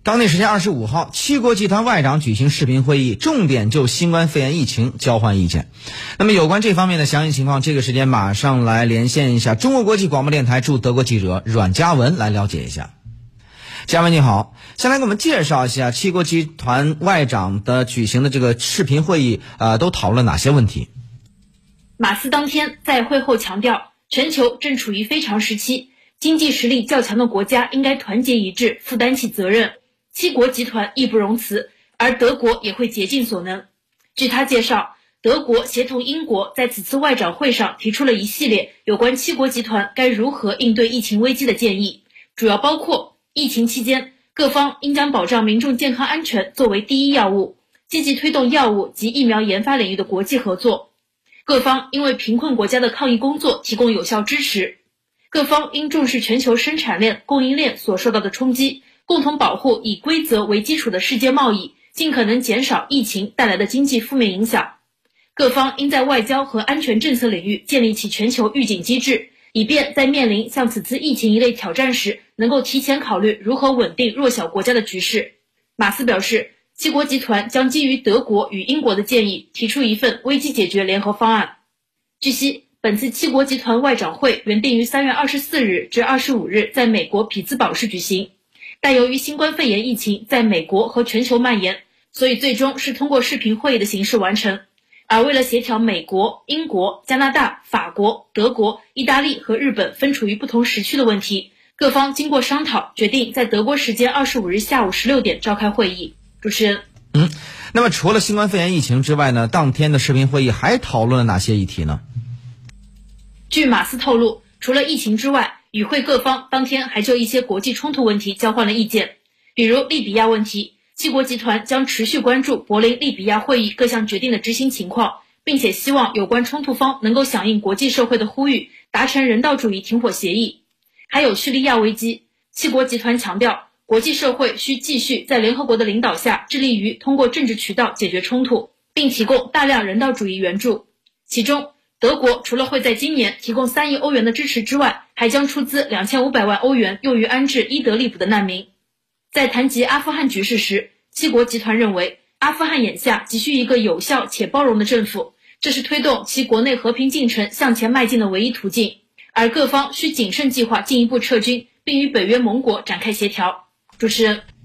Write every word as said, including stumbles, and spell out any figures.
当地时间二十五号，七国集团外长举行视频会议，重点就新冠肺炎疫情交换意见。那么有关这方面的详细情况，这个时间马上来连线一下中国国际广播电台驻德国记者阮嘉文来了解一下。嘉文你好，先来给我们介绍一下七国集团外长的举行的这个视频会议，呃，都讨论哪些问题？ 马斯当天在会后强调，全球正处于非常时期，经济实力较强的国家应该团结一致，负担起责任。七国集团义不容辞，而德国也会竭尽所能。据他介绍，德国协同英国在此次外长会上提出了一系列有关七国集团该如何应对疫情危机的建议，主要包括疫情期间各方应将保障民众健康安全作为第一要务，积极推动药物及疫苗研发领域的国际合作。各方应为贫困国家的抗疫工作提供有效支持。各方应重视全球生产链、供应链所受到的冲击，共同保护以规则为基础的世界贸易，尽可能减少疫情带来的经济负面影响。各方应在外交和安全政策领域建立起全球预警机制，以便在面临像此次疫情一类挑战时，能够提前考虑如何稳定弱小国家的局势。马斯表示，七国集团将基于德国与英国的建议，提出一份危机解决联合方案。据悉，本次七国集团外长会原定于三月二十四日至二十五日在美国匹兹堡市举行，但由于新冠肺炎疫情在美国和全球蔓延，所以最终是通过视频会议的形式完成。而为了协调美国、英国、加拿大、法国、德国、意大利和日本分处于不同时区的问题，各方经过商讨，决定在德国时间二十五日下午十六点召开会议。主持人， 嗯，那么除了新冠肺炎疫情之外呢，当天的视频会议还讨论了哪些议题呢？ 据马斯透露，除了疫情之外，与会各方当天还就一些国际冲突问题交换了意见，比如利比亚问题，七国集团将持续关注柏林利比亚会议各项决定的执行情况，并且希望有关冲突方能够响应国际社会的呼吁，达成人道主义停火协议。还有叙利亚危机，七国集团强调，国际社会需继续在联合国的领导下致力于通过政治渠道解决冲突，并提供大量人道主义援助。其中，德国除了会在今年提供三亿欧元的支持之外，还将出资两千五百万欧元用于安置伊德利卜的难民。在谈及阿富汗局势时，七国集团认为，阿富汗眼下急需一个有效且包容的政府，这是推动其国内和平进程向前迈进的唯一途径，而各方需谨慎计划进一步撤军，并与北约盟国展开协调。主持人。